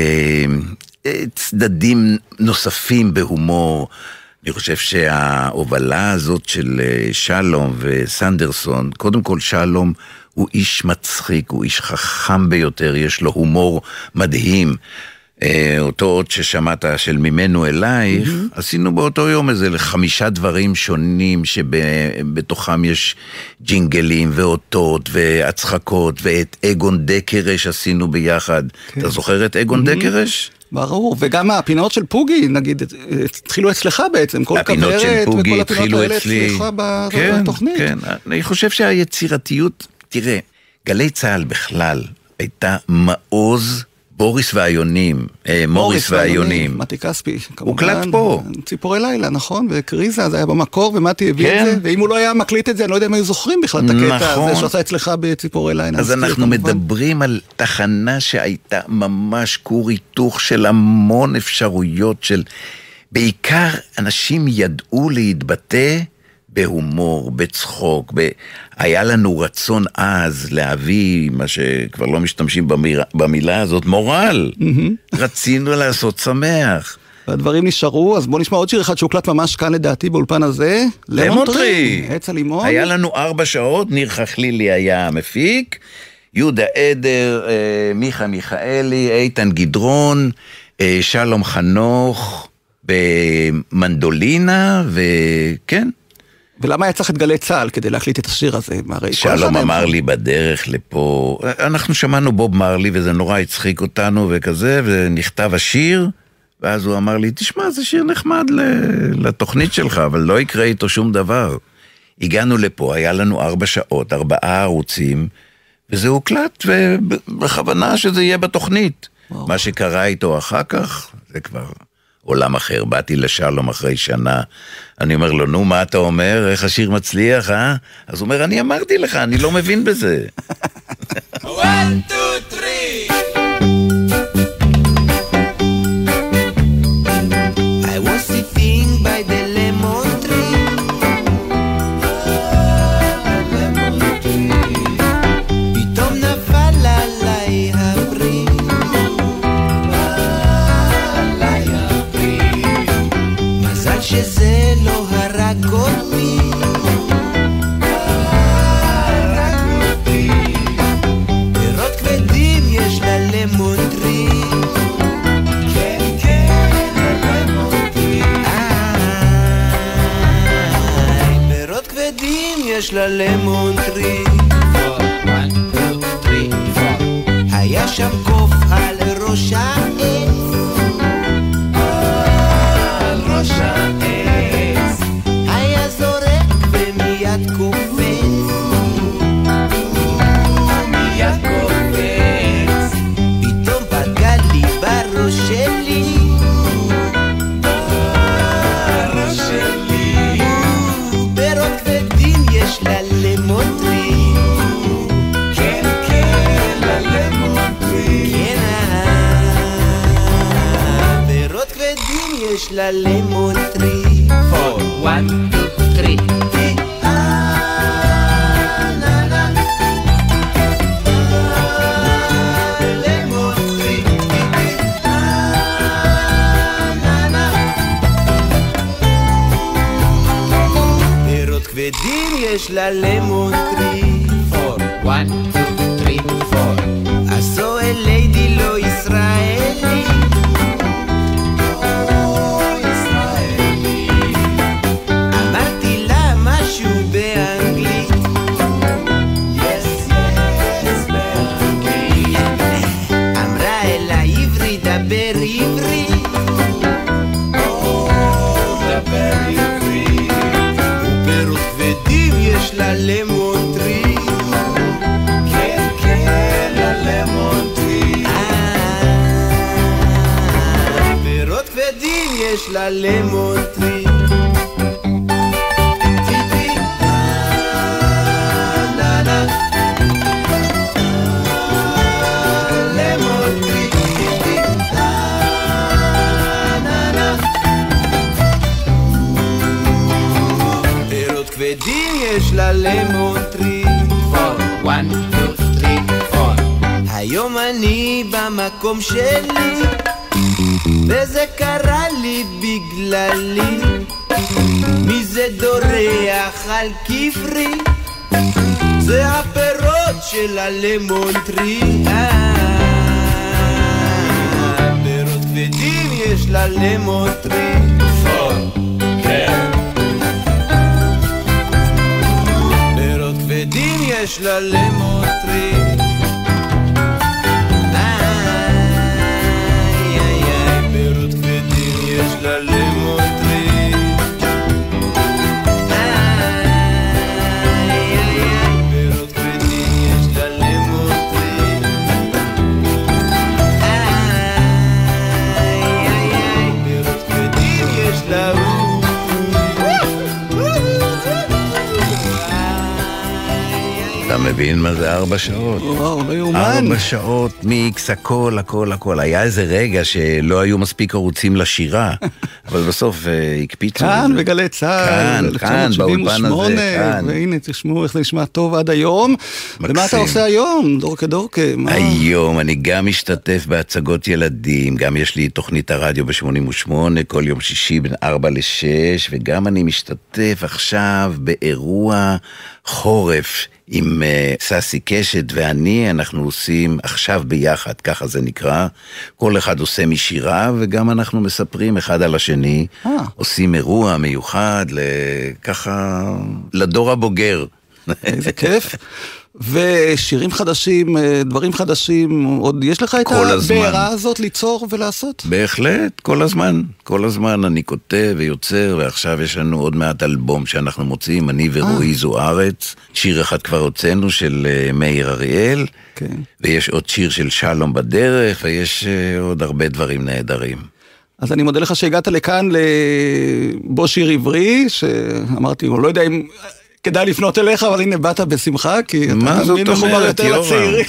צדדים נוספים בהומור. אני חושב שההובלה הזאת של שלום וסנדרסון, קודם כל שלום הוא איש מצחיק, הוא איש חכם ביותר, יש לו הומור מדהים. אותו עוד ששמעת של ממנו אלייך, עשינו באותו יום איזה 5 דברים שונים שבתוכם יש ג'ינגלים ואותות והצחקות, ואת אגון דקרש עשינו ביחד. אתה זוכר את אגון דקרש? ברור, וגם הפינות של פוגי, נגיד, התחילו אצלך בעצם, כל כברת וכל הפינות האלה אצלך בתוכנית. כן, אני חושב שהיצירתיות, תראה, גלי צהל בכלל הייתה מעוז בוריס והיונים, מוריס והיונים. מתי כספי, כמובן. הוא קלט פה. ציפורי לילה, נכון? וקריזה, זה היה במקור, ומתי הביא את זה. ואם הוא לא היה מקליט את זה, אני לא יודע אם היו זוכרים בכלל את הקטע הזה שעשה אצלך בציפורי לילה. אז אנחנו מדברים על תחנה שהייתה ממש כור היתוך של המון אפשרויות של... בעיקר אנשים ידעו להתבטא בהומור, בצחוק, היה לנו רצון אז להביא, מה שכבר לא משתמשים במילה הזאת, מורל. רצינו לעשות שמח. והדברים נשארו, אז בוא נשמע עוד שיר אחד שהוקלט ממש כאן לדעתי באולפן הזה. למון טרי. עץ הלימון. היה לנו 4 שעות, ניר חכלילי היה המפיק, יהודה עדר, מיכה מיכאלי, איתן גדרון, שלום חנוך, במנדולינה, וכן. ולמה היה צריך את גלי צהל כדי להקליט את השיר הזה? שלום אמר לי בדרך לפה, אנחנו שמענו בוב מרלי וזה נורא הצחיק אותנו וכזה, ונכתב השיר, ואז הוא אמר לי, תשמע, זה שיר נחמד לתוכנית שלך, אבל לא יקרה איתו שום דבר. הגענו לפה, היה לנו 4 שעות, 4 ערוצים, וזה הוקלט, ובכוונה שזה יהיה בתוכנית. מה שקרה איתו אחר כך, זה כבר... עולם אחר, באתי לשלום אחרי שנה, אני אומר לו, נו, מה אתה אומר? איך השיר מצליח, אה? אז הוא אומר, אני אמרתי לך, אני לא מבין בזה. 1, 2, 3 I was sitting by the lemon tree פתאום נפל עליי הפרי שזה לא הרג אותי פירות כבדים יש ללמון טרי כן כן ללמון טרי פירות כבדים יש ללמון טרי 1, 2, 3, 4 היה שם קוף על ראש העץ ראש העץ היה זורק ומיד קופץ מיד קופץ פתאום פגע לי בראש שלי בראש שלי פירות כבדים יש ללמון טרי כן כן ללמון טרי כן פירות כבדים יש ללמון טרי 4, 1, 2, 3 למון טרי פירות כבדים יש ללמון טרי 4, 1, 2, 3 4 עשו אל לידי לא ישראלי ללמון טרי כן כן ללמון טרי פירות כבדים יש ללמון טרי פתאום אני במקום שלי, וזה קרה לי בגללי. מי זה דורח על כפרי? זה הפירות של הלמונטרי. פירות כבדים יש ללמונטרי. פירות כבדים יש ללמונטרי. פירות כבדים יש ללמונטרי. פירות כבדים יש ללמונטרי. פירות כבדים יש להוא. אתה מבין מה זה 4 שעות? וואו, לא יאומן. 4 שעות מיקס, הכל, הכל, הכל. היה איזה רגע שלא היו מספיק ערוצים לשירה, אבל בסוף הקפיצו. כאן בגלי צהל, כאן, באולפן הזה, כאן. והנה, תשמעו איך זה נשמע טוב עד היום. ומה אתה עושה היום, דורקה דורקה? היום אני גם משתתף בהצגות ילדים, גם יש לי תוכנית הרדיו ב-88, כל יום שישי בין 4 ל-6, וגם אני משתתף עכשיו באירוע חורף עם ססי קשת ואני, אנחנו עושים עכשיו ביחד, ככה זה נקרא, כל אחד עושה משירה וגם אנחנו מספרים אחד על השני, עושים אירוע מיוחד ככה לדור הבוגר. איזה כיף. ושירים חדשים, דברים חדשים, עוד יש לך את הבעירה הזאת ליצור ולעשות? בהחלט, כל הזמן. כל הזמן אני כותב ויוצר, ועכשיו יש לנו עוד מעט אלבום שאנחנו מוצאים, אני ורועי זוארץ. שיר אחד כבר הוצאנו של מאיר אריאל, ויש עוד שיר של שלום בדרך, ויש עוד הרבה דברים נהדרים. אז אני מודה לך שהגעת לכאן לבוא שיר עברי, שאמרתי, לא יודע אם כדאי לפנות אליך, אבל הנה באת בשמחה, כי אתה מזמין מחובר יותר לצעירים.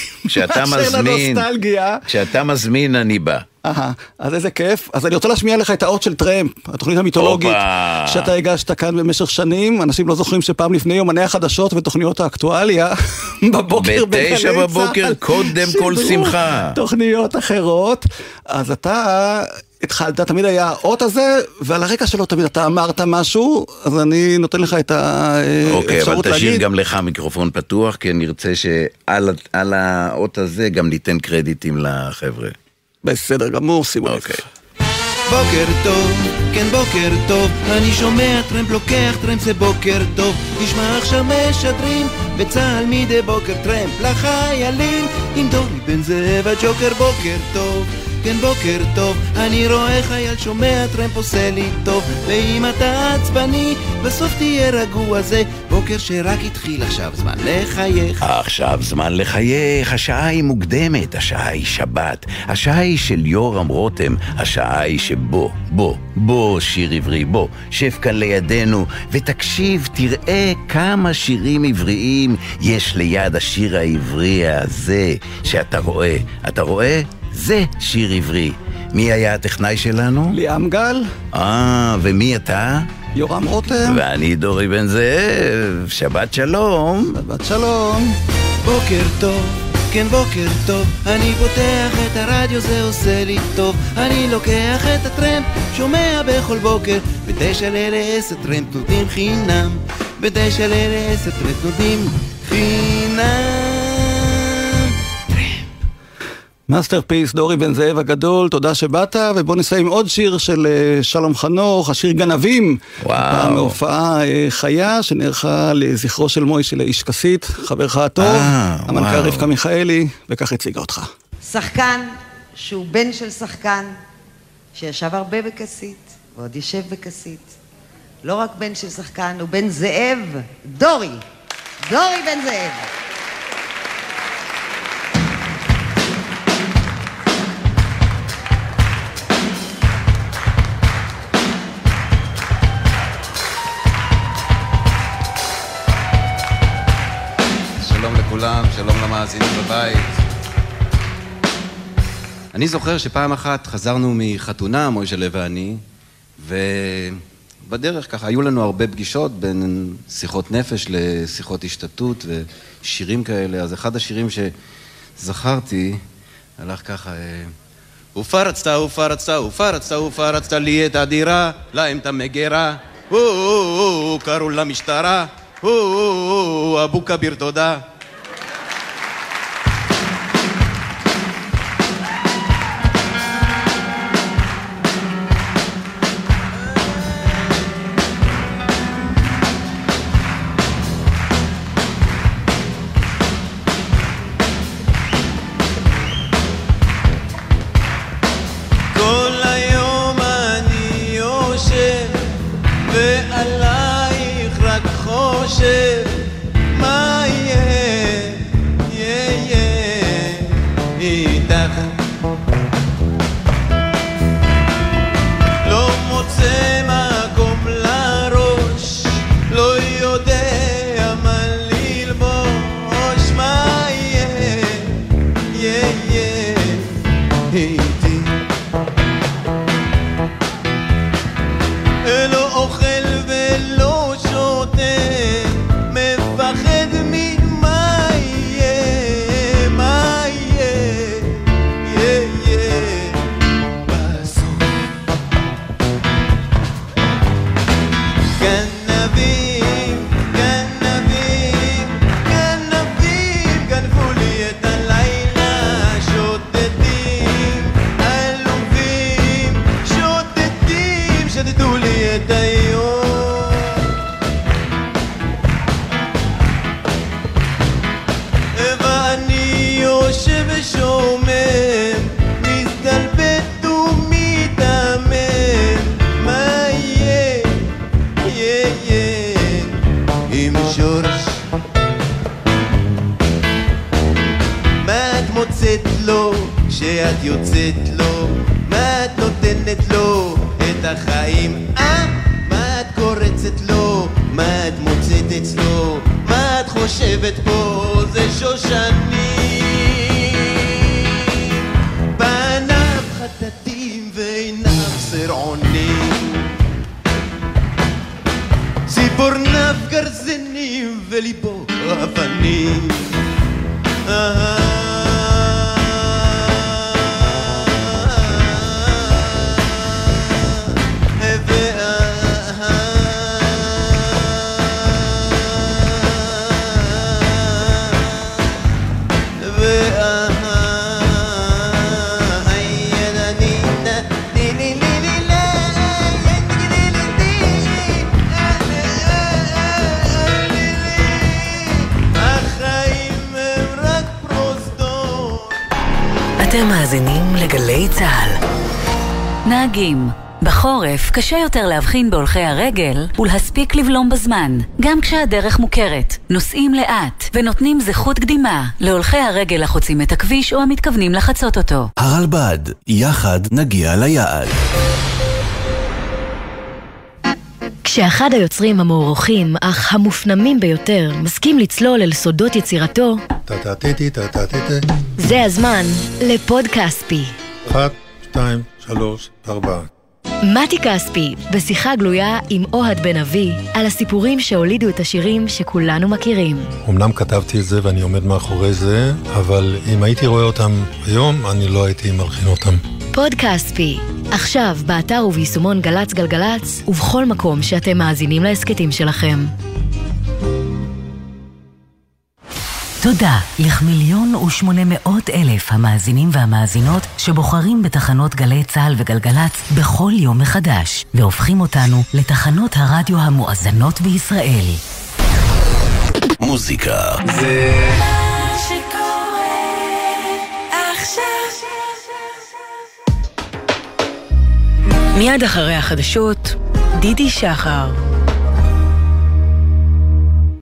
כשאתה מזמין, אני בא. אז איזה כיף. אז אני רוצה להשמיע לך את האות של טרמפ, התוכנית המיתולוגית שאתה הגשת כאן במשך שנים. אנשים לא זוכרים שפעם לפני יומני החדשות ותוכניות האקטואליה, בבוקר בגלי צהל, 9 בבוקר, קודם כל שמחה. תוכניות אחרות. אז אתה התחלת, תמיד היה האות הזה, ועל הרקע שלו תמיד אתה אמרת משהו, אז אני נותן לך את האפשרות להגיד. אוקיי, אבל תשאיר גם לך מיקרופון פתוח, כי אני רוצה שעל האות הזה גם ניתן קרדיטים לחבר'ה. בסדר גמור, שימו לב. בוקר טוב, כן בוקר טוב, אני שומע טרמפ לוקח טרמפ זה בוקר טוב. תשמע עכשיו משדרים בצהל מדי בוקר טרמפ לחיילים עם דורי בן זאב הג'וקר. בוקר טוב, כן בוקר טוב, אני רואה חייל שומע טרמפ עושה לי טוב. ואם אתה עצבני בסוף תהיה רגוע, זה בוקר שרק התחיל, עכשיו זמן לחייך. עכשיו זמן לחייך, השעה היא מוקדמת, השעה היא שבת, השעה היא של יורם רותם, השעה היא בוא שיר עברי, בוא שב כאן לידינו ותקשיב, תראה כמה שירים עבריים יש ליד השיר העברי הזה שאתה רואה, אתה רואה? זה שיר עברי. מי היה הטכנאי שלנו? ליאם גל. ומי אתה? יורם רותם. ואני דורי בן זאב. שבת שלום. שבת שלום. בוקר טוב, כן בוקר טוב, אני פותח את הרדיו זה עושה לי טוב. אני לוקח את הטרמפ, שומע בכל בוקר, ב9 ל-10 טרמפ נותנים חינם, ב9 ל-10 טרמפ נותנים חינם. מאסטרפיס, דורי בן זאב הגדול, תודה שבאת, ובוא נסיים עוד שיר של שלום חנוך, השיר גנבים. וואו. מהופעה חיה שנערכה לזכרו של מוישה לאיש כסית, חברך הטוב, המנכ"ל רבקה מיכאלי, וכך הציגה אותך. שחקן שהוא בן של שחקן, שישב הרבה בכסית, ועוד ישב בכסית. לא רק בן של שחקן, הוא בן זאב, דורי בן זאב. שלום למאזינים בבית. אני זוכר שפעם אחת חזרנו מחתונה, מוישלה ואני, ובדרך ככה היו לנו הרבה פגישות בין שיחות נפש לשיחות השתתות ושירים כאלה. אז אחד השירים שזכרתי הלך ככה, ופרצת לי את הדירה, להם את המגרה, קראו למשטרה, אבו כביר תודה. שאת יוצאת לו, מה את נותנת לו את החיים? מה את קורצת לו, מה את מוצאת אצלו, מה את חושבת פה, זה שושני בעיניו חטטים ועיניו סרעונים, ציפורניו גרזנים וליבו אבנים. אתם מאזינים לגלי צהל. נהגים, בחורף קשה יותר להבחין בהולכי הרגל ולהספיק לבלום בזמן, גם כשהדרך מוכרת. נוסעים לאט ונותנים זכות קדימה להולכי הרגל החוצים את הכביש או המתכוונים לחצות אותו. הרלב"ד, יחד נגיע ליעד. כשאחד היוצרים המוערוכים אך המופנמים ביותר מסכים לצלול אל סודות יצירתו, זה הזמן לפוד כספי. 1, 2, 3, 4. מתי כספי, בשיחה גלויה עם אוהד בן אבי, על הסיפורים שהולידו את השירים שכולנו מכירים. אמנם כתבתי את זה ואני עומד מאחורי זה, אבל אם הייתי רואה אותם היום, אני לא הייתי מלחין אותם. פוד כספי, עכשיו באתר וביישומון גלץ גלגלץ, ובכל מקום שאתם מאזינים להסקטים שלכם. תודה ל1,800,000 המאזינים והמאזינות שבוחרים בתחנות גלי צהל וגלגלץ בכל יום מחדש, והופכים אותנו לתחנות הרדיו המואזנות בישראל. מוזיקה זה מה שקורה עכשיו. מיד אחרי החדשות, דידי שחר.